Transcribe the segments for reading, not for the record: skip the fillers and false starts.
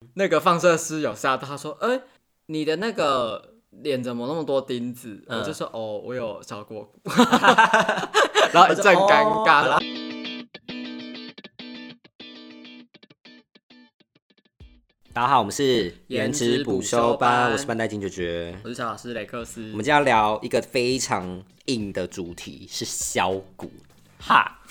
那个放射师有吓到，他说：“你的那个脸怎么那么多钉子？”我就说：“哦，我有削过。”然后一阵尴尬。 大家好，我们是颜值补修班我是班代金爵， 我是小老师雷克斯。 我们今天要聊一个非常硬的主题，是削骨。哈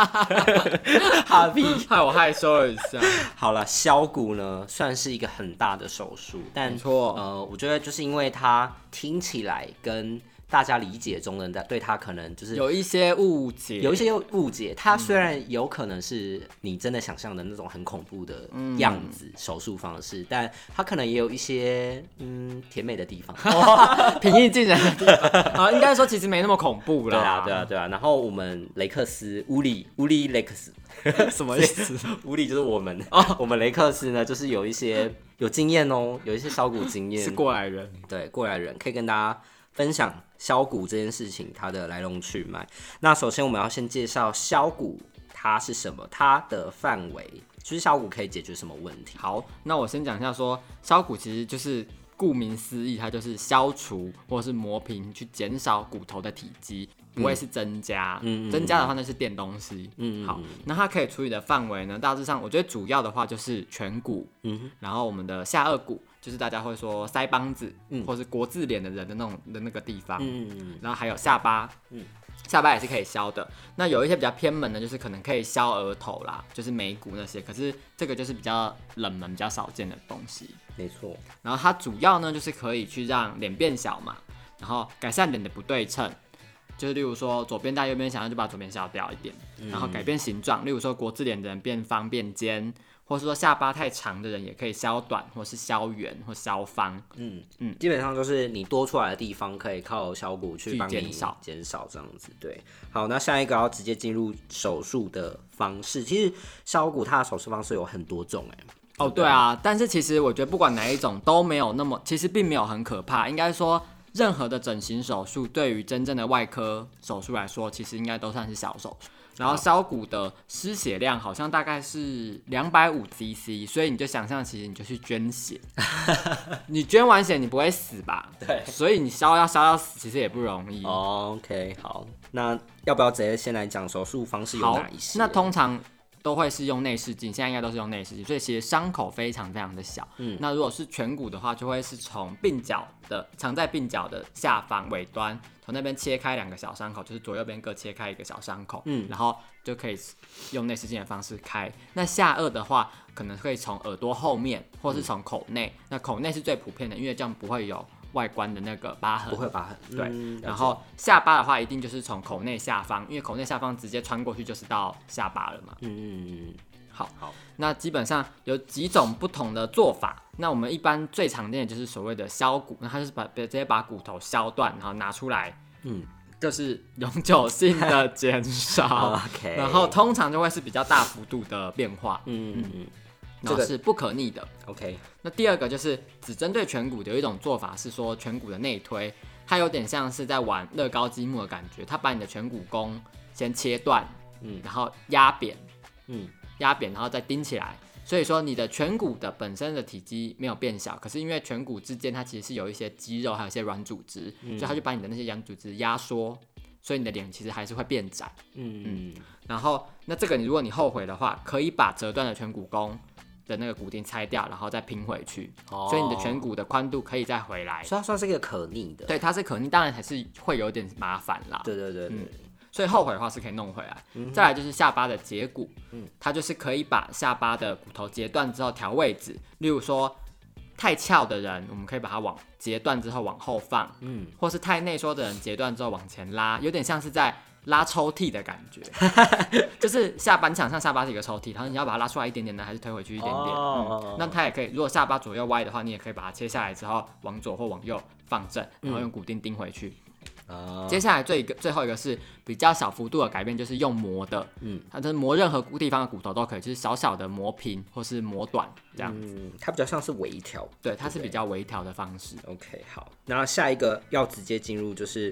屁， 害我害羞了一下。 好了，削骨呢算是一个很大的手术，但没错， 我觉得就是因为它听起来跟大家理解中的人对他可能就是有一些误解， 它虽然有可能是你真的想象的那种很恐怖的样子，手术方式，但它可能也有一些甜美的地方， 平易近人的地方。啊，应该说其实没那么恐怖啦。 对啊。然后我们雷克斯乌利雷克斯什么意思？ 乌利就是我们我们雷克斯呢，就是有一些有经验哦，有一些削骨经验， 是过来人， 对，过来人可以跟大家分享削骨这件事情它的来龙去脉。那首先我们要先介绍削骨它是什么，它的范围，就是削骨可以解决什么问题。 好，那我先讲一下说削骨其实就是顾名思义，它就是消除或者是磨平，去减少骨头的体积，不会是增加。增加的话那是垫东西。好，那它可以处理的范围呢，大致上我觉得主要的话就是颧骨，然后我们的下颚骨，就是大家会说腮帮子，或是国字脸的人的那个地方，然后还有下巴，下巴也是可以削的。那有一些比较偏门的，就是可能可以削额头啦，就是眉骨那些。可是这个就是比较冷门、比较少见的东西。 没错。 然后它主要呢，就是可以去让脸变小嘛，然后改善脸的不对称。就是例如说左边大右边小，就把左边削掉一点，然后改变形状。例如说国字脸的人变方变尖，或是说下巴太长的人也可以削短，或是削圆或削方。 基本上就是你多出来的地方可以靠削骨去帮你减少这样子。对，好，那下一个要直接进入手术的方式。其实削骨它的手术方式有很多种对啊，但是其实我觉得不管哪一种都没有那么，其实并没有很可怕。应该说任何的整形手术对于真正的外科手术来说，其实应该都算是小手术。然后削骨的失血量好像大概是250 cc， 所以你就想象，其实你就去捐血，你捐完血你不会死吧？ 对， 所以你要削到死其实也不容易。 OK， 好，那要不要直接先来讲手术方式有哪一些？ 那通常都会是用内视镜，现在应该都是用内视镜，所以其实伤口非常非常的小。那如果是颧骨的话，就会是从鬓角的藏在鬓角的下方尾端，从那边切开2个小伤口，就是左右边各切开1个小伤口，然后就可以用内视镜的方式开。那下颚的话，可能可以从耳朵后面，或是从口内。那口内是最普遍的，因为这样不会有外观的那个疤痕， 不会疤痕。 对，然后下巴的话，一定就是从口内下方，因为口内下方直接穿过去就是到下巴了嘛。好，那基本上有几种不同的做法。那我们一般最常见的就是所谓的削骨，那它就是直接把骨头削断，然后拿出来，就是永久性的减少。 okay. 然后通常就会是比较大幅度的变化。然后是不可逆的。 OK。 那第二个就是只针对颧骨的有一种做法是说颧骨的内推，它有点像是在玩乐高积木的感觉，它把你的颧骨弓先切断，然后压扁，然后再钉起来。所以说你的颧骨的本身的体积没有变小，可是因为颧骨之间它其实是有一些肌肉还有一些软组织，所以它就把你的那些软组织压缩，所以你的脸其实还是会变窄。然后那这个如果你后悔的话，可以把折断的颧骨弓的那个骨钉拆掉，然后再拼回去，所以你的颧骨的宽度可以再回来。 所以它算是一个可逆的。 对，它是可逆，当然还是会有点麻烦啦。 对。 所以后悔的话是可以弄回来。再来就是下巴的截骨，它就是可以把下巴的骨头截断之后调位置，例如说太翘的人，我们可以把它截断之后往后放，或是太内缩的人截断之后往前拉，有点像是在拉抽屉的感觉，就是下巴，你想象下巴是一个抽屉，然后你要把它拉出来一点点呢，还是推回去一点点？那它也可以，如果下巴左右歪的话，你也可以把它切下来之后往左或往右放正，然后用骨钉钉回去。接下来最后一个是比较小幅度的改变，就是用磨的，它就是磨任何地方的骨头都可以，就是小小的磨平或是磨短这样子。 它比较像是微调， 对，它是比较微调的方式。 OK， 好，那下一个要直接进入就是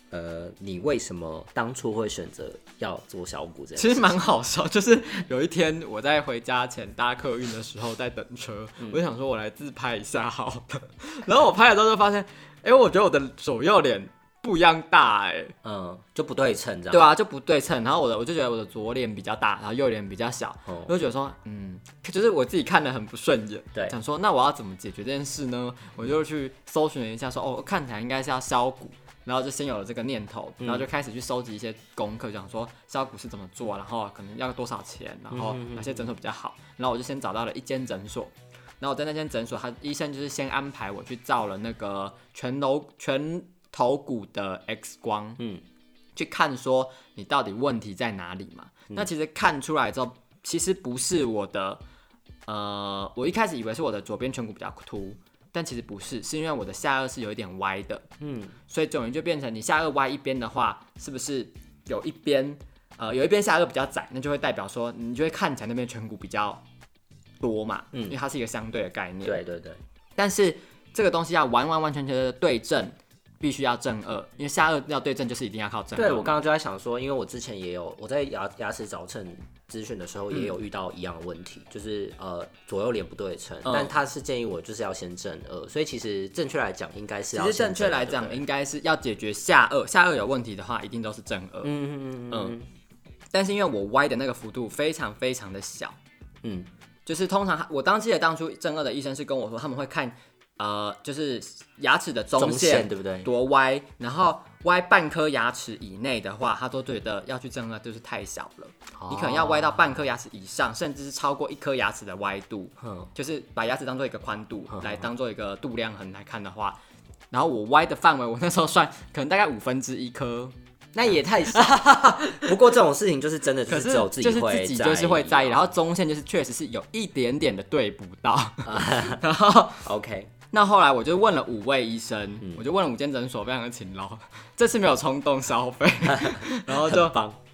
你为什么当初会选择要做小骨这件事情？ 其实蛮好笑，就是有一天我在回家前搭客运的时候在等车，我就想说我来自拍一下好了，然后我拍了之后就发现，我觉得我的左右脸不一样大就不对称这样。 对啊，就不对称。然后我就觉得我的左脸比较大，然后右脸比较小，我就觉得说，就是我自己看得很不顺眼。 对， 想说那我要怎么解决这件事呢？我就去搜寻了一下说，看起来应该是要削骨。然后就先有了这个念头，然后就开始去收集一些功课，讲说削骨是怎么做，然后可能要多少钱，然后哪些诊所比较好。然后我就先找到了一间诊所，然后我在那间诊所，医生就是先安排我去照了那个全头骨的 X 光，去看说你到底问题在哪里嘛。那其实看出来之后，其实不是我的，我一开始以为是我的左边颧骨比较凸。但其实不是，是因为我的下颚是有一点歪的，所以总于就变成你下颚歪一边的话，是不是有一边下颚比较窄，那就会代表说你就会看起来那边颧骨比较多嘛，因为它是一个相对的概念。 对对对。 但是这个东西要完全的对正，必须要正二，因为下颚要对正就是一定要靠正二。 对，我刚刚就在想说，因为我之前也有我在牙齿矫正咨询的时候也有遇到一样的问题，就是左右脸不对称，但他是建议我就是要先正二，所以其实正确来讲应该是要先正二。其实正确来讲应该是要解决下颚有问题的话，一定都是正二。但是因为我歪的那个幅度非常非常的小，就是通常我记得当初正二的医生是跟我说他们会看就是牙齿的中线对不对？ 多歪，然后歪半颗牙齿以内的话，他都觉得要去正二就是太小了。你可能要歪到半颗牙齿以上，甚至是超过一颗牙齿的歪度，就是把牙齿当做一个宽度来当做一个度量衡来看的话，然后我歪的范围，我那时候算可能大概1/5颗。 那也太少。不过这种事情就是真的就是只有自己会在意，然后中线就是确实是有一点点的对不到。然后 OK。 那后来我就问了5位医生，我就问了5间诊所，非常的勤劳，这次没有冲动消费，然后就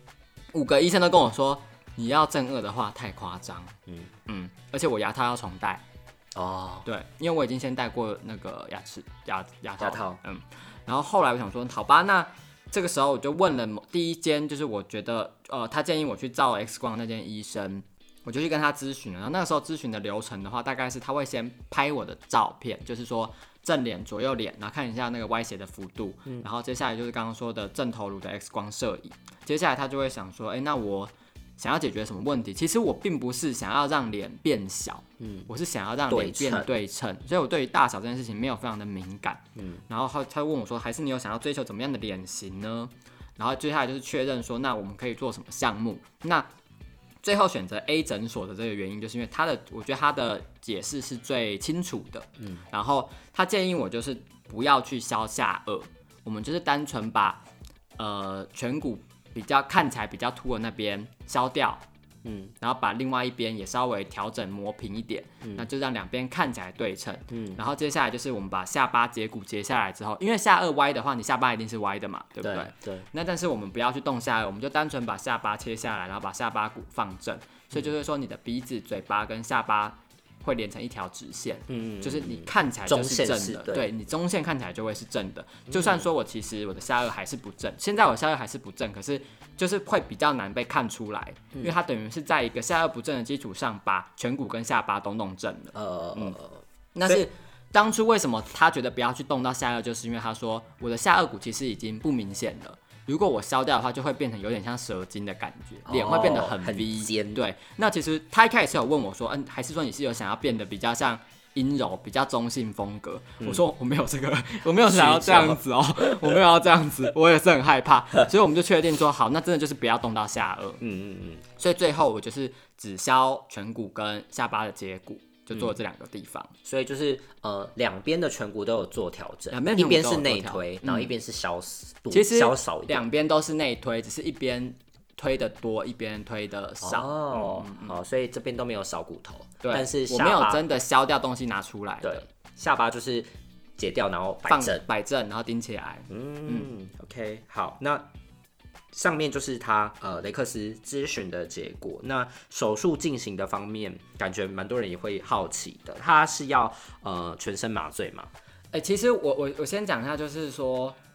5个医生都跟我说，你要正二的话太夸张，而且我牙套要重戴，对，因为我已经先戴过那个牙套，然后后来我想说，好吧，那这个时候我就问了第一间，就是我觉得他建议我去照 X 光那间医生。我就去跟他咨询了，然后那个时候咨询的流程的话，大概是他会先拍我的照片，就是说正脸、左右脸，然后看一下那个歪斜的幅度，然后接下来就是刚刚说的正头颅的 X 光摄影，接下来他就会想说，那我想要解决什么问题？其实我并不是想要让脸变小，我是想要让脸变对称，所以我对于大小这件事情没有非常的敏感，然后他问我说，还是你有想要追求怎么样的脸型呢？然后接下来就是确认说，那我们可以做什么项目？那最后选择 A 诊所的这个原因，就是因为我觉得他的解释是最清楚的。然后他建议我就是不要去削下颚，我们就是单纯把颧骨看起来比较凸的那边削掉，然后把另外一边也稍微调整磨平一点，那就让两边看起来对称。然后接下来就是我们把下巴截骨截下来之后，因为下颚歪的话，你下巴一定是歪的嘛，对不对？ 对。 那但是我们不要去动下颚，我们就单纯把下巴切下来，然后把下巴骨放正。所以就是说，你的鼻子、嘴巴跟下巴会连成一条直线，就是你看起来就是正的，对，你中线看起来就会是正的。就算说我其实我的下颚还是不正，现在我下颚还是不正，可是就是会比较难被看出来，因为它等于是在一个下颚不正的基础上，把颧骨跟下巴都弄正了。那是当初为什么他觉得不要去动到下颚，就是因为他说我的下颚骨其实已经不明显了。如果我削掉的话，就会变成有点像蛇精的感觉，脸会变得很 V， 尖。 对，那其实他一开始有问我说，还是说你是有想要变得比较像阴柔、比较中性风格？我说我没有这个，我没有想要这样子哦，我没有要这样子，我也是很害怕，所以我们就确定说，好，那真的就是不要动到下颚。所以最后我就是只削颧骨跟下巴的截骨。就做了这2个地方， 所以就是两边的颧骨都有做调整，一边是内推，然后一边是削其实少一点， 两边都是内推，只是一边推的多，一边推的少。 所以这边都没有少骨头， 对， 但是我没有真的削掉东西拿出来， 对，下巴就是截掉，然后摆正，然后顶起来。 OK， 好，那。上面就是他雷克斯咨询的结果。那手术进行的方面，感觉蛮多人也会好奇的。他是要全身麻醉吗？ 其实我先讲一下，就是说，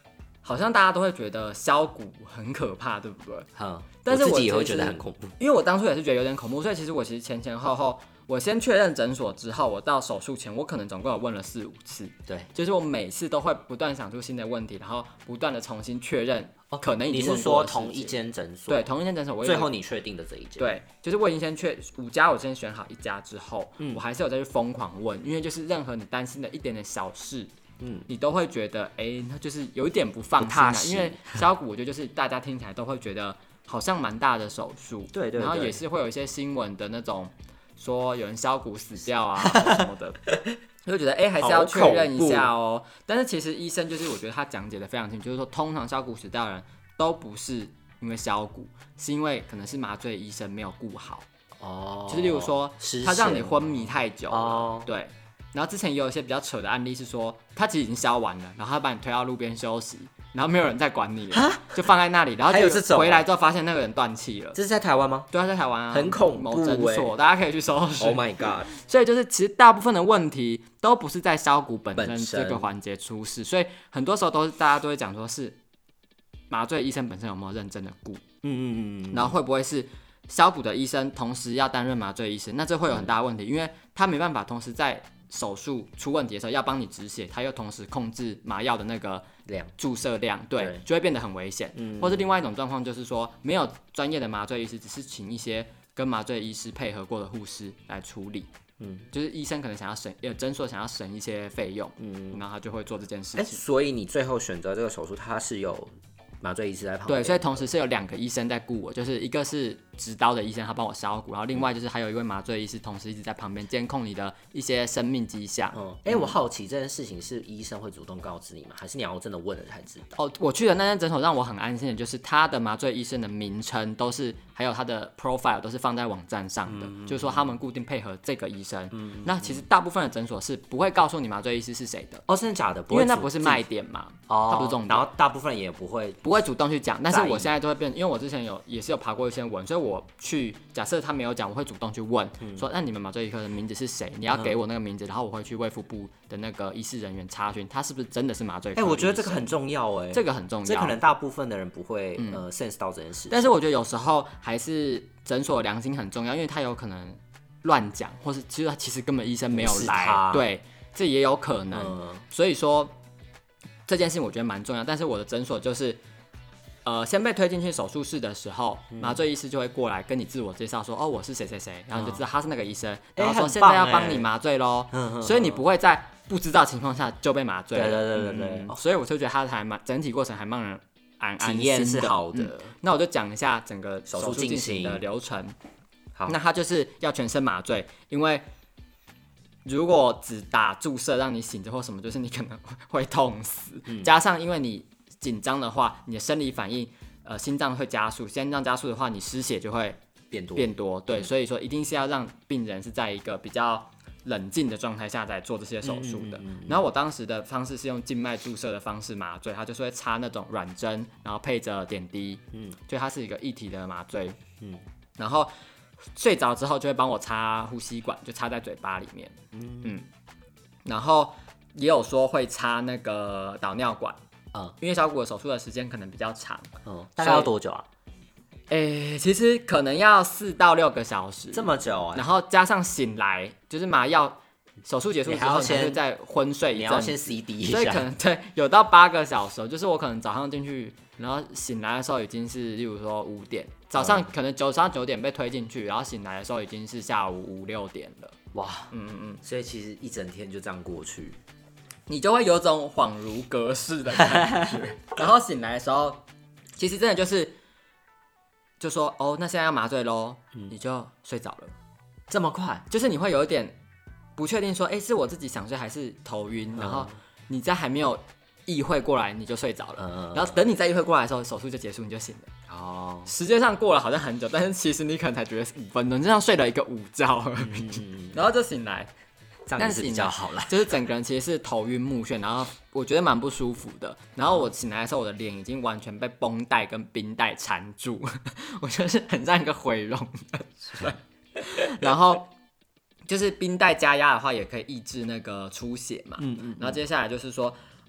好像大家都会觉得削骨很可怕，对不对？但是我自己也会觉得很恐怖， 因为我当初也是觉得有点恐怖，所以其实前后，我先确认诊所之后，我到手术前，我可能总共有问了4-5次。 对， 就是我每次都会不断想出新的问题，然后不断的重新确认。可能已经你是说同一间诊所？ 对，同一间诊所。 最后你确定的这一间？ 对，就是我已经先5家，我先选好1家之后，我还是有再去疯狂问，因为就是任何你担心的一点点小事。你都会觉得，那就是有一点不放心啊，因为削骨，我觉得就是大家听起来都会觉得好像蛮大的手术， 对， 然后也是会有一些新闻的那种说有人削骨死掉啊什么的，就觉得还是要确认一下哦。但是其实医生就是我觉得他讲解的非常清楚，就是说通常削骨死掉的人都不是因为削骨，是因为可能是麻醉医生没有顾好，就是例如说他让你昏迷太久了，对。然后之前也有一些比较扯的案例是说，他其实已经削完了，然后他把你推到路边休息，然后没有人再管你了，就放在那里，然后就回来之后发现那个人断气了。 这是在台湾吗？ 对啊，在台湾啊， 很恐怖某诊所，大家可以去搜寻。 Oh my god！ 所以就是其实大部分的问题都不是在削骨本身这个环节出事，所以很多时候大家都会讲说是麻醉医生本身有没有认真的顾，然后会不会是削骨的医生同时要担任麻醉医生，那这会有很大的问题，因为他没办法同时在手术出问题的时候要帮你止血，他又同时控制麻药的那个注射量，对，就会变得很危险。或是另外一种状况就是说，没有专业的麻醉医师，只是请一些跟麻醉医师配合过的护士来处理。就是医生可能想要省，诊所想要省一些费用，然后他就会做这件事情。 所以你最后选择这个手术，它是有麻醉医师在旁边。 对，所以同时是有2个医生在顾我，就是一个是执刀的医生，他帮我削骨，然后另外就是还有一位麻醉医师，同时一直在旁边监控你的一些生命迹象。 我好奇这件事情是医生会主动告知你吗？还是你要真的问了才知道？ 我去的那间诊所让我很安心的就是他的麻醉医生的名称都是，还有他的 profile 都是放在网站上的，就是说他们固定配合这个医生。那其实大部分的诊所是不会告诉你麻醉医师是谁的。 真的假的？ 因为那不是卖点嘛，它不是重点。 然后大部分人也不会主动去讲，但是我现在就会变，因为我之前也是有爬过一些文，所以我去假设他没有讲，我会主动去问，说那你们麻醉医科的名字是谁？你要给我那个名字，然后我会去卫福部的那个医事人员查询，他是不是真的是麻醉科。 我觉得这个很重要这个很重要， 这可能大部分的人不会sense 到这件事情。 但是我觉得有时候还是诊所良心很重要，因为他有可能乱讲，或是其实根本医生没有来，对，这也有可能。所以说这件事情我觉得蛮重要，但是我的诊所就是。先被推进去手术室的时候，麻醉医师就会过来跟你自我介绍说，我是谁谁谁，然后你就知道他是那个医生，然后说现在要帮你麻醉咯，所以你不会在不知道情况下就被麻醉了。 对， 所以我就觉得他整体过程还蛮人安心的， 体验是好的。 那我就讲一下整个手术进行的流程。好，那他就是要全身麻醉，因为如果只打注射让你醒着或什么，就是你可能会痛死，加上因为你紧张的话，你的生理反应，心脏会加速，心脏加速的话，你失血就会变多，对，所以说一定是要让病人是在一个比较冷静的状态下来做这些手术的。然后我当时的方式是用静脉注射的方式麻醉，它就是会插那种软针，然后配着点滴，所以它是一个一体的麻醉，然后睡着之后就会帮我插呼吸管，就插在嘴巴里面，然后也有说会插那个导尿管。因为削骨的手术的时间可能比较长， 大概要多久啊？ 其实可能要4到6个小时， 这么久然后加上醒来，就是麻药手术结束之后，你会再昏睡一阵， 你要先 CD 一下， 所以可能对有到8个小时，就是我可能早上进去，然后醒来的时候已经是，例如说5点，早上可能早上9点被推进去，然后醒来的时候已经是下午5、6点了。 哇，所以其实一整天就这样过去。 你就会有种恍如隔世的感觉，然后醒来的时候，其实真的就说那现在要麻醉咯，你就睡着了， 这么快？ 就是你会有一点不确定说，是我自己想睡还是头晕，然后你在还没有意会过来你就睡着了，然后等你再意会过来的时候，手术就结束，你就醒了。时间上过了好像很久，但是其实你可能才觉得是5分钟，就像睡了一个午觉而已，然后就醒来。 这样是比较好啦， 就是整个人其实是头晕目眩，然后我觉得蛮不舒服的。然后我醒来的时候，我的脸已经完全被绷带跟冰带缠住，我就是很像一个毁容的。然后就是冰带加压的话，也可以抑制那个出血嘛。然后接下来就是说，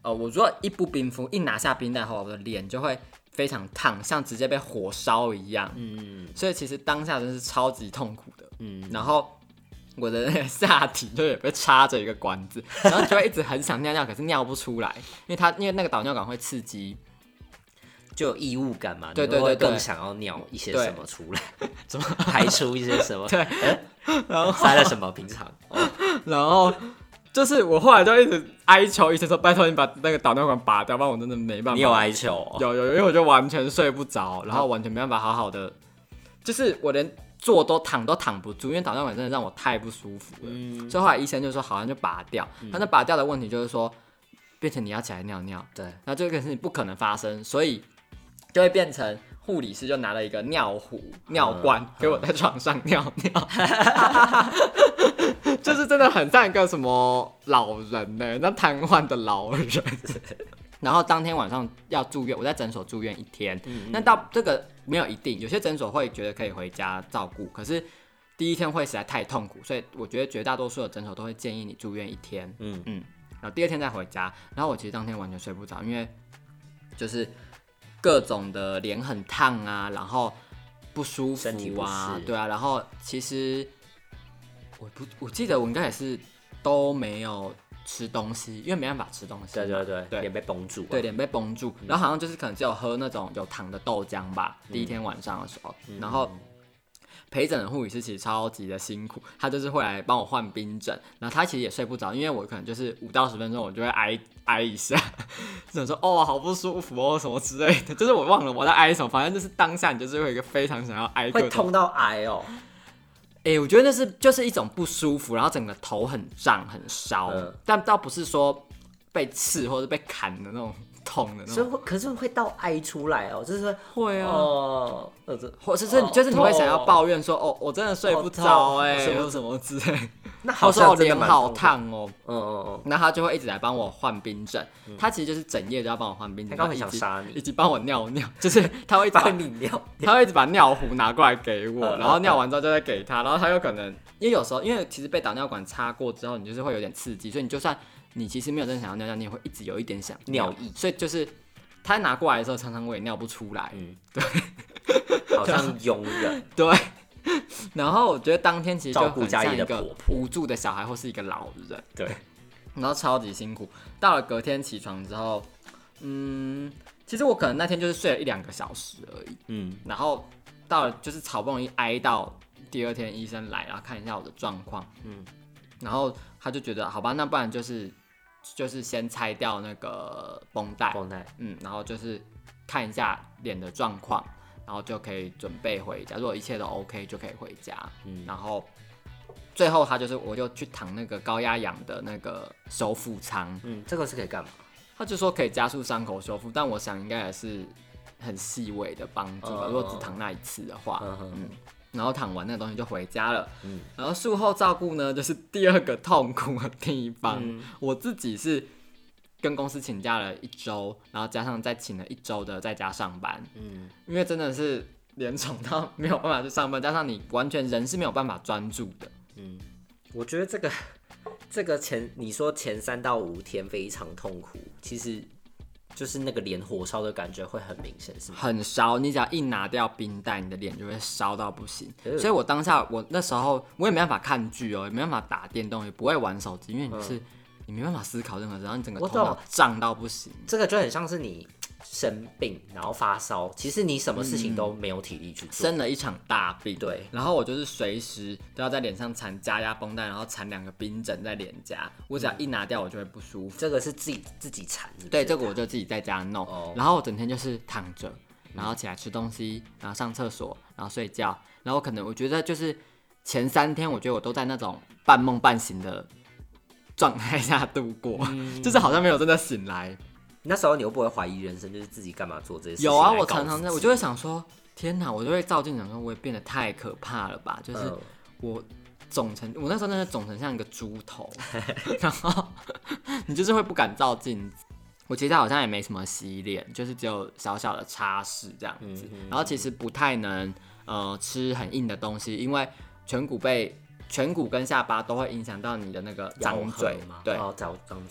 我如果一不冰敷，一拿下冰袋后，我的脸就会非常烫，像直接被火烧一样。所以其实当下真是超级痛苦的。然后我的那个下体就也被插着一个管子，然后就会一直很想尿尿，可是尿不出来，因为那个导尿管会刺激。 就有异物感嘛， 对， 更想要尿一些什么出来， 怎么排出一些什么？ 对，然后塞了什么？平常， 然后就是我后来就一直哀求医生说：“拜托你把那个导尿管拔掉，不然我真的没办法。” 你有哀求？ 有，因为我就完全睡不着，然后完全没办法好好的，就是我连坐都躺不住，因为导尿管真的让我太不舒服了。所以后来医生就说：“好像就拔掉。”但那拔掉的问题就是说，变成你要起来尿尿， 对， 那这个事情不可能发生，所以就会变成护理师就拿了一个尿壶、尿罐给我在床上尿尿，就是真的很像一个什么老人呢，那瘫痪的老人。然后当天晚上要住院，我在诊所住院1天。那到这个没有一定，有些诊所会觉得可以回家照顾，可是第1天会实在太痛苦，所以我觉得绝大多数的诊所都会建议你住院1天。然后第2天再回家。然后我其实当天完全睡不着，因为就是各种的脸很烫啊，然后不舒服啊，对啊，然后其实我记得我应该也是都没有吃东西，因为没办法吃东西。 对，脸被绷住。 对，脸被绷住，然后好像就是可能只有喝那种有糖的豆浆吧。第1天晚上的时候，然后陪诊的护理师其实超级的辛苦，他就是会来帮我换冰枕，然后他其实也睡不着，因为我可能就是5到10分钟我就会挨一下，就想说哦好不舒服哦什么之类的，就是我忘了我在挨什么，反正就是当下你就是会有一个非常想要挨， 会痛到挨哦。 我觉得那是就是一种不舒服，然后整个头很胀很烧，但倒不是说被刺或者被砍的那种痛的那种， 可是会到挨出来哦，就是会啊，或者是就是你会想要抱怨说哦我真的睡不着或什么之类， 那好像真的脸好烫哦，那他就会一直来帮我换冰枕，他其实就是整夜都要帮我换冰枕， 他刚很想杀你， 以及帮我尿尿，就是他会帮你尿， 他会一直把尿壶拿过来给我，然后尿完之后就再给他，然后他有可能因为有时候因为其实被导尿管插过之后，你就是会有点刺激，所以你就算你其实没有真的想要尿尿，你也会一直有一点想尿意， 所以就是他拿过来的时候，常常我也尿不出来，对， 好像庸人， 对。然后我觉得当天其实就很像一个婆婆无助的小孩或是一个老人， 对， 然后超级辛苦。到了隔天起床之后，其实我可能那天就是睡了1-2个小时而已，然后到了就是好不容易挨到第2天医生来，然后看一下我的状况，然后他就觉得好吧，那不然就是先拆掉那个绷带，然后就是看一下脸的状况，然后就可以准备回家。如果一切都 OK， 就可以回家。然后最后我就去躺那个高压氧的那个修复舱。 这个是可以干嘛？ 他就说可以加速伤口修复，但我想应该也是很细微的帮助吧。如果只躺那1次的话，然后躺完那个东西就回家了。然后术后照顾呢，就是第2个痛苦的地方。我自己是跟公司请假了1周，然后加上再请了1周的在家上班。因为真的是连肿到没有办法去上班，加上你完全人是没有办法专注的。 我觉得这个你说前3到5天非常痛苦，其实就是那个脸火烧的感觉会很明显，是吗？ 很烧，你只要一拿掉冰袋，你的脸就会烧到不行。所以我当下我那时候我也没办法看剧哦，也没办法打电动，也不会玩手机，因为你没办法思考任何事，然后你整个头脑胀到不行。 这个就很像是你生病然后发烧，其实你什么事情都没有体力去做， 生了一场大病。 对， 然后我就是随时都要在脸上缠加压绷带，然后缠2个冰枕在脸颊，我只要一拿掉我就会不舒服。 这个是自己缠是不是？ 对，这个我就自己在家弄。然后我整天就是躺着，然后起来吃东西，然后上厕所，然后睡觉，然后我觉得就是前3天，我觉得我都在那种半梦半醒的状态下度过，就是好像没有真的醒来。 那时候你会不会怀疑人生，就是自己干嘛做这些事情？ 有啊，我常常我就会想说，天哪，我就会照镜想说，我也变得太可怕了吧？就是我那时候真的肿成像一个猪头，然后你就是会不敢照镜子。我其实好像也没什么洗脸，就是只有小小的擦拭这样子。然后其实不太能吃很硬的东西，因为颧骨跟下巴都会影响到你的那个张嘴，对， 张嘴。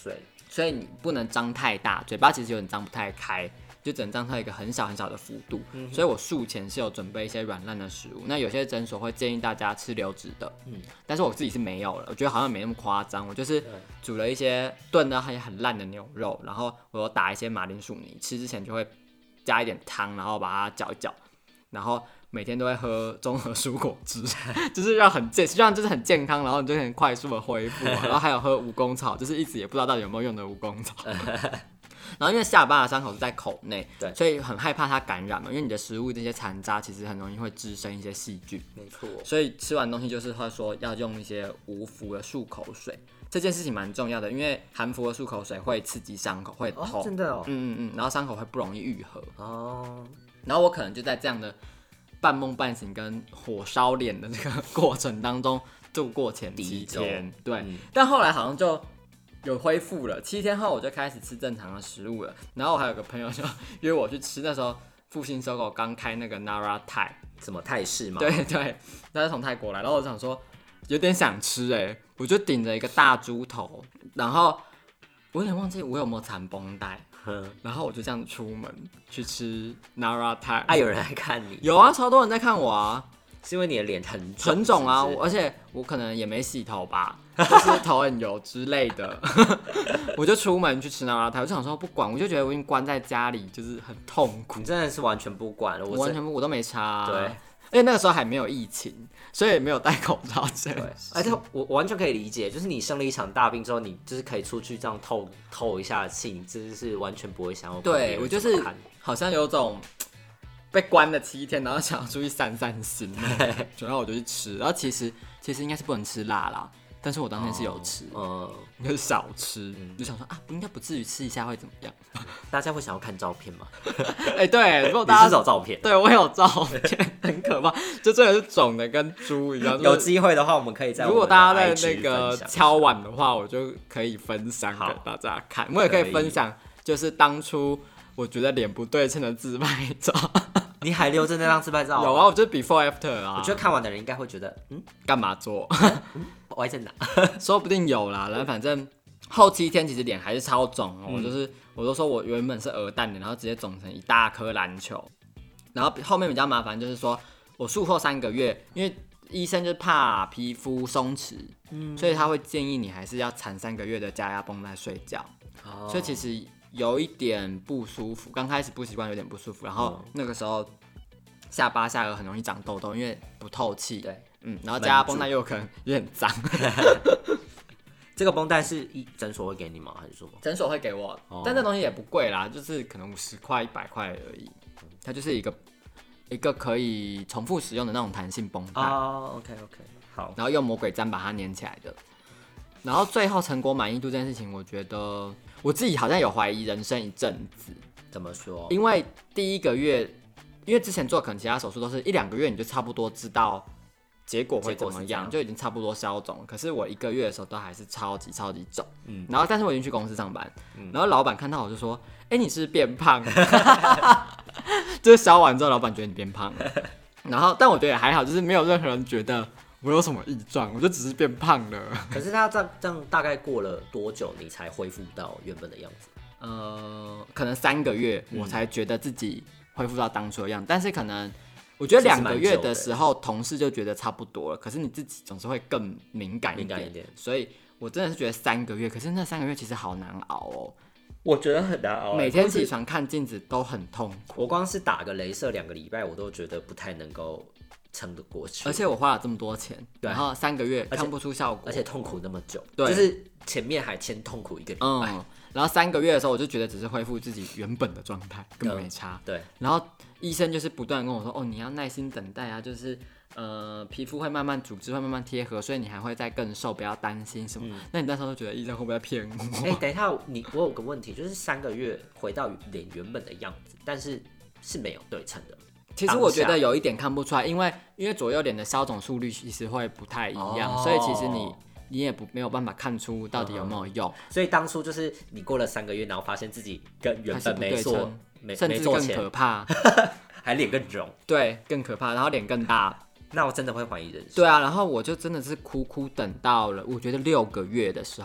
所以你不能张太大，嘴巴其实有点张不太开，就只能张到一个很小很小的幅度。所以我术前是有准备一些软烂的食物。那有些诊所会建议大家吃流质的，但是我自己是没有了，我觉得好像没那么夸张。我就是煮了一些炖的还很烂的牛肉，然后我有打一些马铃薯泥，吃之前就会加一点汤，然后把它搅一搅，然后每天都会喝综合蔬果汁，就是让就是很健康，然后你就很快速的恢复然后还有喝蜈蚣草，就是一直也不知道到底有没有用的蜈蚣草。然后因为下巴的伤口是在口内，所以很害怕它感染嘛，因为你的食物这些残渣其实很容易会滋生一些细菌。 没错。 所以吃完东西就是会说要用一些无氟的漱口水，这件事情蛮重要的，因为含氟的漱口水会刺激伤口，会痛。 真的哦。 然后伤口会不容易愈合。 哦。 然后我可能就在这样的半梦半醒跟火烧脸的这个过程当中度过前7天，对。但后来好像就有恢复了，7天后我就开始吃正常的食物了。然后我还有个朋友就约我去吃，那时候复兴搜狗刚开那个 Nara Thai， 什么泰式吗？ 对对，他是从泰国来，然后我想说有点想吃我就顶着一个大猪头，然后我有点忘记我有没有缠绷带，然后我就这样出门去吃 Nara Thai。 有人来看你？ 有啊，超多人在看我啊。 是因为你的脸很肿啊，而且我可能也没洗头吧，就是头很油之类的，我就出门去吃那拉泰，我就想说不管，我就觉得我已经关在家里，就是很痛苦。 你真的是完全不管了， 我完全不，我都没差。 对， 而且那个时候还没有疫情，所以也没有戴口罩这样。 而且我完全可以理解，就是你生了一场大病之后，你就是可以出去这样透一下气，你真的是完全不会想要。 对，我就是好像有种被关了7天，然后想要出去散散心，然后我就去吃。然后其实应该是不能吃辣啦，但是我当天是有吃，就是少吃，就想说啊，应该不至于吃一下会怎么样。 大家会想要看照片吗？ 对，如果大家你是找照片， 对我有照片，很可怕，就真的是肿的跟猪一样。 有机会的话，我们可以在如果大家在那个敲碗的话，我就可以分享给大家看。我也可以分享，就是当初我觉得脸不对称的自拍照。 你还留着那张自拍照？ 有啊，我觉得 before after 啊。 我觉得看完的人应该会觉得， 干嘛做？ 我还在哪？ 说不定有啦。然后反正后7天其实脸还是超肿我都说我原本是鹅蛋脸，然后直接肿成一大颗篮球。然后后面比较麻烦就是说我术后3个月，因为医生就怕皮肤松弛，所以他会建议你还是要缠3个月的加压绷带睡觉。所以其实有一点不舒服，刚开始不习惯，有点不舒服。然后那个时候下巴下颚很容易长痘痘，因为不透气。 对， 然后加压绷带又可能有点脏。 这个绷带是诊所会给你吗？还是什么？ 诊所会给我，但这东西也不贵啦，就是可能50块、100块而已。它就是一个可以重复使用的那种弹性绷带。 OK， 好。 然后用魔鬼毡把它粘起来的。然后最后成果满意度这件事情，我觉得我自己好像有怀疑人生一阵子。 怎么说？ 因为第1个月，因为之前做可能其他手术都是1-2个月你就差不多知道结果会怎么样，就已经差不多消肿了。可是我1个月的时候都还是超级超级肿。然后但是我已经去公司上班，然后老板看到我就说：“你是不是变胖？”就是消完之后，老板觉得你变胖了。然后但我觉得也还好，就是没有任何人觉得我有什么异状，我就只是变胖了。 可是他这样大概过了多久，你才恢复到原本的样子？ 可能3个月，我才觉得自己恢复到当初的样子。但是可能我觉得2个月的时候，同事就觉得差不多了。可是你自己总是会更敏感一点。所以我真的是觉得3个月，可是那3个月其实好难熬哦。 我觉得很难熬， 每天起床看镜子都很痛苦。 我光是打个雷射2个礼拜，我都觉得不太能够撑得过去。 而且我花了这么多钱，然后3个月看不出效果， 而且痛苦那么久， 对， 就是前面还先痛苦1个礼拜。 然后3个月的时候，我就觉得只是恢复自己原本的状态，根本没差。 对。然后医生就是不断跟我说：“你要耐心等待啊，就是皮肤会慢慢组织会慢慢贴合，所以你还会再更瘦，不要担心什么。”那你那时候就觉得医生会不会在骗我？ 等一下，我有个问题，就是3个月回到脸原本的样子，但是没有对称的。 其实我觉得有一点看不出来，因为左右脸的消肿速率其实会不太一样，所以其实你也没有办法看出到底有没有用。 所以当初就是你过了3个月，然后发现自己跟原本没做， 甚至更可怕， 还脸更肿。 对，更可怕，然后脸更大。 那我真的会怀疑人生。 对啊，然后我就真的是苦苦等到了，我觉得6个月的时候，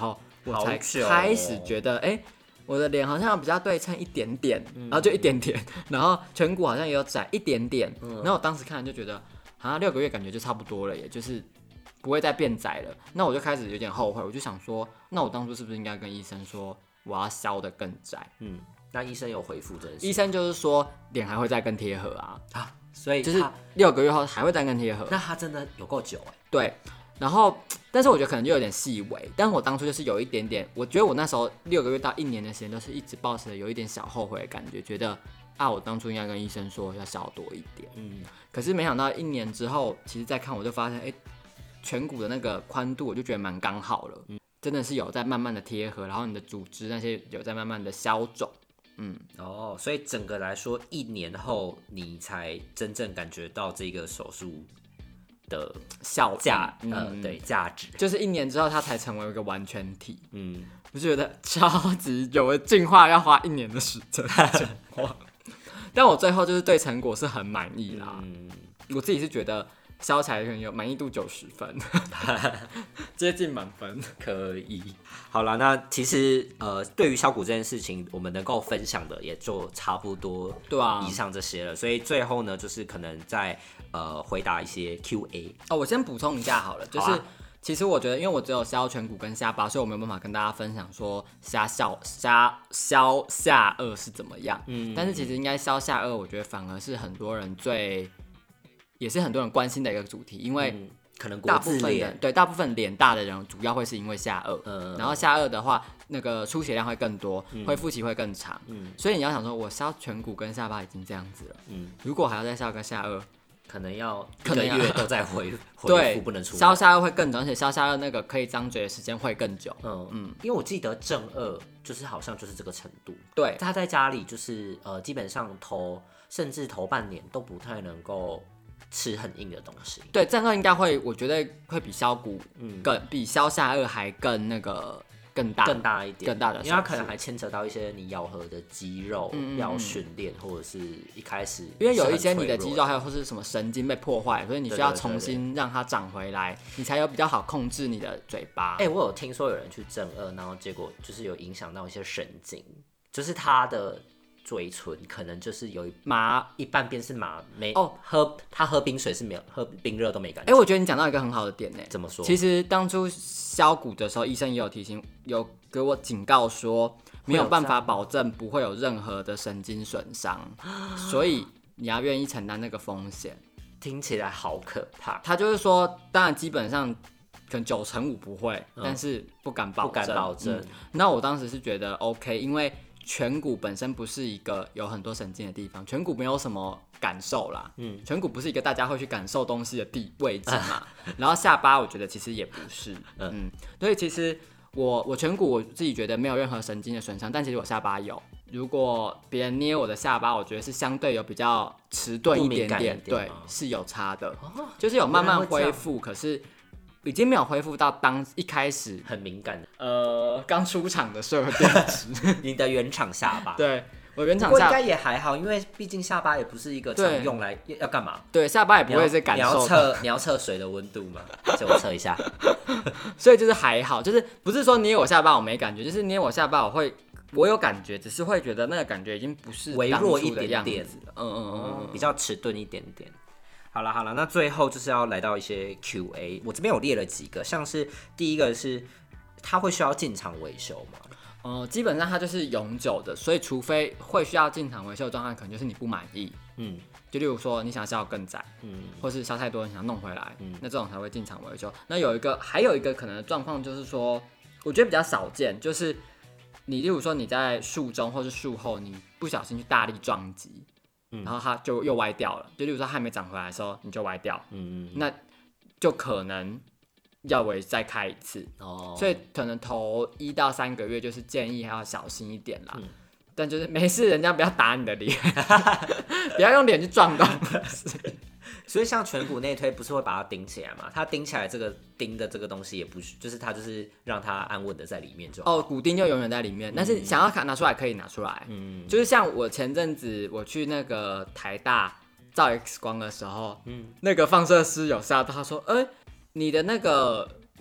我才开始觉得，我的脸好像比较对称一点点，然后就一点点，然后颧骨好像也有窄一点点，然后我当时看就觉得，6个月感觉就差不多了，也就是不会再变窄了。那我就开始有点后悔，我就想说，那我当初是不是应该跟医生说，我要削得更窄？ 那医生有回复这件事？ 医生就是说脸还会再更贴合所以就是6个月后还会再更贴合。 那他真的有够久对，然后但是我觉得可能就有点细微，但是我当初就是有一点点，我觉得我那时候6个月到1年的时间都是一直抱持有一点小后悔的感觉，觉得我当初应该跟医生说要削多一点。可是没想到1年之后，其实再看我就发现，颧骨的那个宽度我就觉得蛮刚好了，真的是有在慢慢的贴合，然后你的组织那些有在慢慢的消肿。 所以整个来说，1年后你才真正感觉到这个手术的价值， 就是1年之后它才成为一个完全体。我就觉得超级有的进化要花1年的时间进化，但我最后就是对成果是很满意啦。我自己是觉得削起来可能有满意度90分，接近满分， 可以。好啦，那其实对于削骨这件事情，我们能够分享的也就差不多，以上这些了。所以最后呢，就是可能再回答一些 Q&A。 我先补充一下好了，就是。其实我觉得，因为我只有削颧骨跟下巴，所以我没有办法跟大家分享说削下颚是怎么样。但是其实应该削下颚，我觉得反而是很多人也是很多人关心的一个主题，因为可能大部分人大部分脸大的人主要会是因为下颚，然后下颚的话，那个出血量会更多，恢复期会更长，所以你要想说，我削颧骨跟下巴已经这样子了，如果还要再削个下颚。 可能要1个月都在恢复，不能出来。 削下颚会更久，而且削下颚那个可以张嘴的时间会更久。 因为我记得正颚就是好像就是这个程度。 对， 他在家里就是基本上甚至头半年都不太能够吃很硬的东西。 对，正颚应该会，我觉得会比削骨比削下颚还更那个。更大一点，更大的， 因为它可能还牵扯到一些你咬合的肌肉要训练，或者是一开始， 因为有一些你的肌肉还有或是什么神经被破坏，所以你需要重新让它长回来，你才有比较好控制你的嘴巴。 我有听说有人去正颚，然后结果就是有影响到一些神经，就是他的嘴唇可能就是有一半边是麻，他喝冰水是没有，喝冰热都没感觉。 我觉得你讲到一个很好的点呢。 怎么说？ 其实当初削骨的时候，医生也有提醒，有给我警告说，没有办法保证不会有任何的神经损伤，所以你要愿意承担那个风险。 听起来好可怕。 他就是说，当然基本上可能95%不会，但是不敢保证。那我当时是觉得 OK， 因为颧骨本身不是一个有很多神经的地方，颧骨没有什么感受啦，颧骨不是一个大家会去感受东西的位置嘛，然后下巴我觉得其实也不是，所以其实我颧骨我自己觉得没有任何神经的损伤，但其实我下巴有，如果别人捏我的下巴，我觉得是相对有比较迟钝一点点，对，是有差的，就是有慢慢恢复，可是已经没有恢复到当一开始很敏感的，刚出厂的时候电池。 你的原厂下巴， 对，我原厂下巴应该也还好，因为毕竟下巴也不是一个常用来要干嘛？ 对，下巴也不会是感受。 你要测水的温度吗？借我测一下。 所以就是还好，就是不是说捏我下巴我没感觉，就是捏我下巴我有感觉，只是会觉得那个感觉已经不是微弱一点点了， 比较迟钝一点点。好了，那最后就是要来到一些 Q&A， 我这边有列了几个，像是第一个是它会需要进场维修吗？ 基本上它就是永久的，所以除非会需要进场维修的状态，可能就是你不满意，就例如说你想要削更窄，或是削太多你想要弄回来，那这种才会进场维修。那还有一个可能的状况就是说，我觉得比较少见，就是你例如说你在术中或是术后，你不小心去大力撞击。然后它就又歪掉了，就例如说它还没长回来的时候你就歪掉，那就可能要再开一次，所以可能头1到3个月就是建议还要小心一点啦，但就是没事，人家不要打你的脸，不要用脸去撞到。 所以像颧骨内推不是会把它顶起来吗？它顶起来这个钉的这个东西也不是，就是它就是让它安稳的在里面就好。 骨钉就永远在里面，但是想要拿出来可以拿出来。就是像我前阵子我去那个台大照 X 光的时候，那个放射师有吓到，他说：“你的那个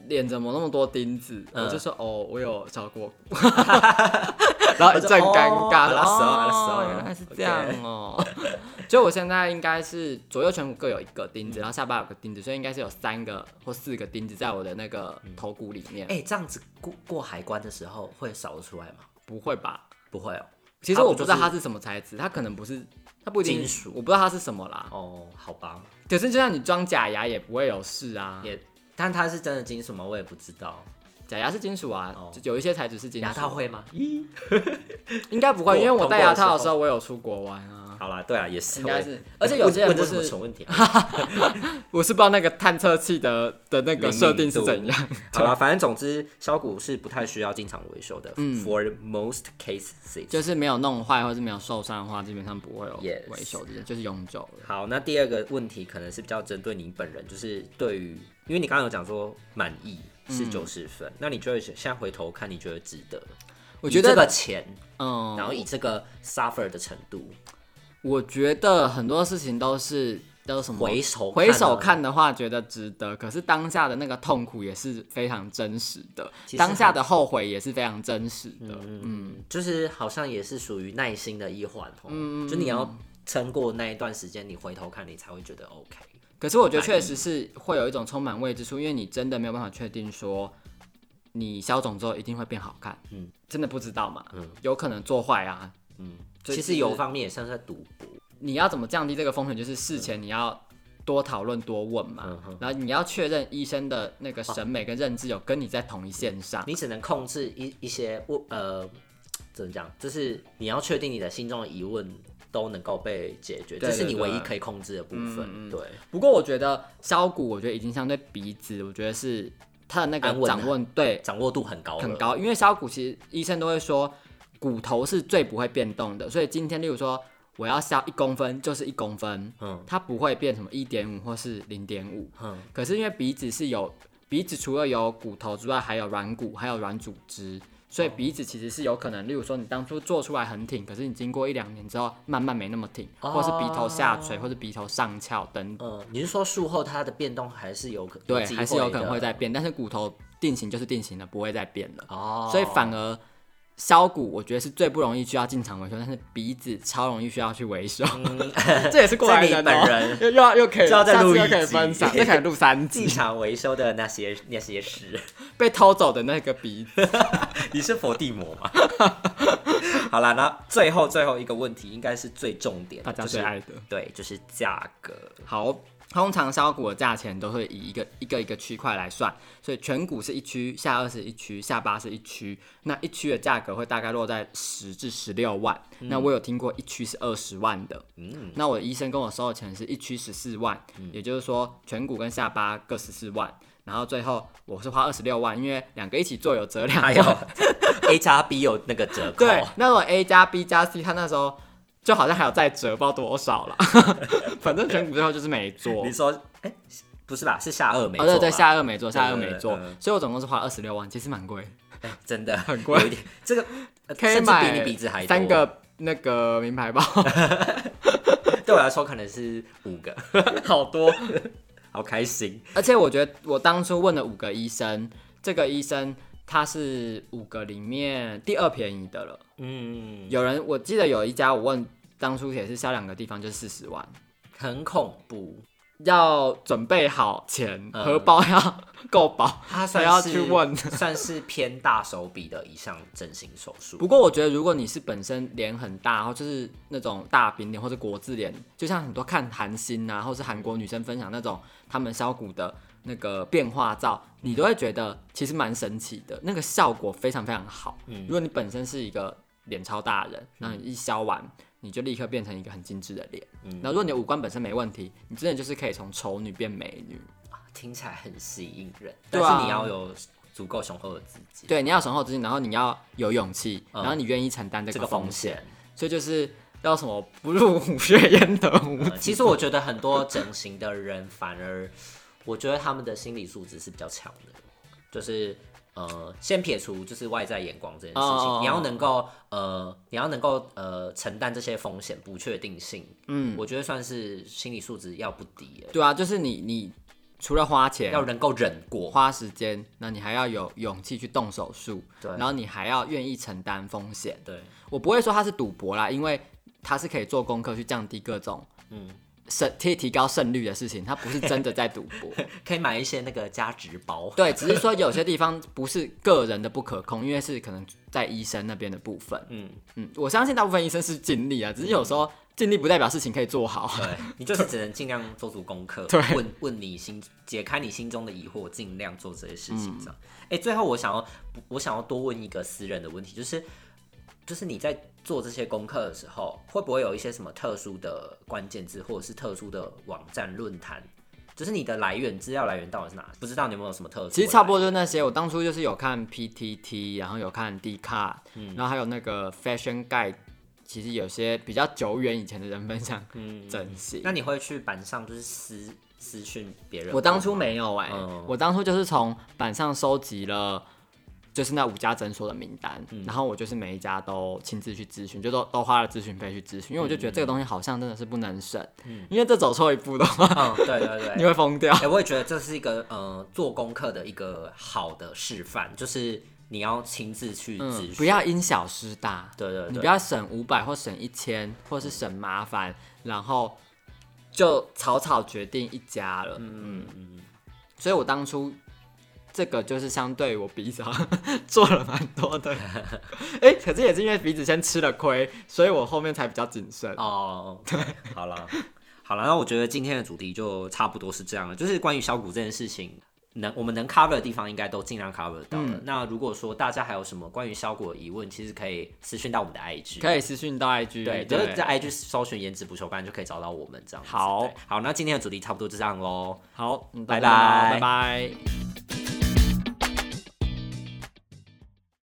脸怎么那么多钉子？我就说哦，我有削过骨，然后一阵尴尬，原来是这样哦。就我现在应该是左右颧骨各有一个钉子，然后下巴有个钉子，所以应该是有3个或4个钉子在我的那个头骨里面。 这样子过海关的时候会扫得出来吗？ 不会吧？ 不会哦。 其实我不知道它是什么材质，它可能不是，它不一定金属， 我不知道它是什么啦。 哦，好吧。 可是就像你装假牙也不会有事啊。 但它是真的金属吗？我也不知道。 假牙是金属啊，就有一些材质是金属。 牙套会吗？ 应该不会，因为我戴牙套的时候我有出国玩啊。 好啦，对啊，也是， 应该是。而且有些人不是问什么问题？ 我是不知道那个探测器的那个设定是怎样。 好啦，反正总之削骨是不太需要经常维修的。For most cases， 就是没有弄坏或是没有受伤的话，基本上不会有维修的，就是永久的。 好，那第二个问题可能是比较针对你本人，就是对于，因为你刚刚有讲说满意是90分，那你觉得现在回头看，你觉得值得？我觉得这个钱，然后以这个 suffer 的程度，我觉得很多事情都是什么回首看的话，觉得值得。可是当下的那个痛苦也是非常真实的，当下的后悔也是非常真实的。 就是好像也是属于耐心的一环。就你要撑过那一段时间，你回头看，你才会觉得 OK。 可是我觉得确实是会有一种充满未知数，因为你真的没有办法确定说你消肿之后一定会变好看，真的不知道嘛，有可能做坏啊， 其实有方面也像是在赌博。 你要怎么降低这个风险？就是事前你要多讨论多问嘛，然后你要确认医生的那个审美跟认知有跟你在同一线上， 你只能控制一些怎么讲？就是你要确定你的心中的疑问都能够被解决，这是你唯一可以控制的部分。对。 不过我觉得削骨，我觉得已经相对鼻子，我觉得是它的那个掌握度很高， 很高。因为削骨其实医生都会说，骨头是最不会变动的，所以今天例如说我要削1公分就是1公分，它不会变什么1.5或是0.5。可是因为鼻子除了有骨头之外，还有软骨，还有软组织。所以鼻子其实是有可能，例如说你当初做出来很挺，可是你经过1-2年之后，慢慢没那么挺，或是鼻头下垂，或是鼻头上翘等。 你是说术后它的变动还是有可能？ 对，还是有可能会再变，但是骨头定型就是定型了，不会再变了。所以反而削骨我觉得是最不容易需要进场维修，但是鼻子超容易需要去维修。这也是过来人本人又可以下次又可以分享，再可以录3集进场维修的那些事， 被偷走的那个鼻子。 你是佛地魔吗？好啦，那最后一个问题应该是最重点的， 大家最爱的， 对，就是价格。 好。通常削骨的价钱都会以一个区块来算，所以颧骨是1区，下颚是1区，下巴是1区。那1区的价格会大概落在10至16万。那我有听过1区是20万的。那我的医生跟我收的钱是1区14万，也就是说颧骨跟下巴各14万。然后最后我是花26万，因为2个一起做有折2万。 A 加 B 有那个折扣。 对，那种 A 加 B 加 C， 他那时候就好像还有再折，不知道多少了。反正颧骨最后就是没做。 你说，不是吧？是下颚没做。 对，下颚没做，所以我总共是花26万，其实蛮贵。 真的很贵， 有一点。这个可以买比你鼻子还多 3个那个名牌包。 对我来说可能是5个， 好多， 好开心。 而且我觉得我当初问了5个医生，这个医生他是5个里面第2便宜的了。有人我记得有一家我问，当初也是削2个地方就是40万， 很恐怖。 要准备好钱，荷包要够饱， 他才要去问。 算是偏大手笔的一项整形手术。 不过我觉得，如果你是本身脸很大，或就是那种大饼脸或者国字脸，就像很多看韩星啊，或是韩国女生分享那种他们削骨的那个变化照，你都会觉得其实蛮神奇的，那个效果非常非常好。如果你本身是一个脸超大的人，然后你一削完，你就立刻变成一个很精致的脸。然后如果你的五官本身没问题，你真的就是可以从丑女变美女。 听起来很吸引人，但是你要有足够雄厚的资金。 对，你要雄厚资金，然后你要有勇气，然后你愿意承担这个风险。所以就是要什么不入虎穴焉得虎子。 其实我觉得很多整形的人，反而我觉得他们的心理素质是比较强的，就是先撇除就是外在眼光这件事情，你要能够承担这些风险不确定性，我觉得算是心理素质要不低。 对啊，就是你除了花钱， 要能够忍过， 花时间，那你还要有勇气去动手术， 对， 然后你还要愿意承担风险。 对， 我不会说它是赌博啦，因为它是可以做功课去降低各种可以提高胜率的事情，它不是真的在赌博。 可以买一些那个加值包。 对，只是说有些地方不是个人的不可控，因为是可能在医生那边的部分。我相信大部分医生是尽力啊，只是有时候尽力不代表事情可以做好。 对，你就是只能尽量做足功课，问你解开你心中的疑惑，尽量做这些事情这样。最后我想要多问一个私人的问题，就是你在做这些功课的时候，会不会有一些什么特殊的关键字，或者是特殊的网站论坛？就是你的资料来源到底是哪？不知道你有没有什么特殊？ 其实差不多就是那些。我当初就是有看 PTT， 然后有看 Dcard，然后还有那个 Fashion Guide。其实有些比较久远以前的人分享整形。 那你会去板上就是私讯别人？ 我当初没有我当初就是从板上收集了。就是那5家诊所的名单，然后我就是每一家都亲自去咨询，就都花了咨询费去咨询，因为我就觉得这个东西好像真的是不能省，因为这走错一步的话， 对， 你会疯掉。 我也觉得这是一个做功课的一个好的示范，就是你要亲自去咨询， 不要因小失大。 对， 你不要省500或省1000，或是省麻烦，然后就草决定一家了。所以我当初。这个就是相对于我鼻子做了蛮多的，可是也是因为鼻子先吃了亏，所以我后面才比较谨慎。 对，好了，那我觉得今天的主题就差不多是这样了，就是关于小骨这件事情，我们能 cover 的地方应该都尽量 cover 到了。那如果说大家还有什么关于小骨的疑问，其实可以私讯到我们的 IG， 可以私讯到 IG， 对，就是在 IG 搜寻颜值不修班就可以找到我们这样子。好，那今天的主题差不多就这样咯。 好， 拜拜。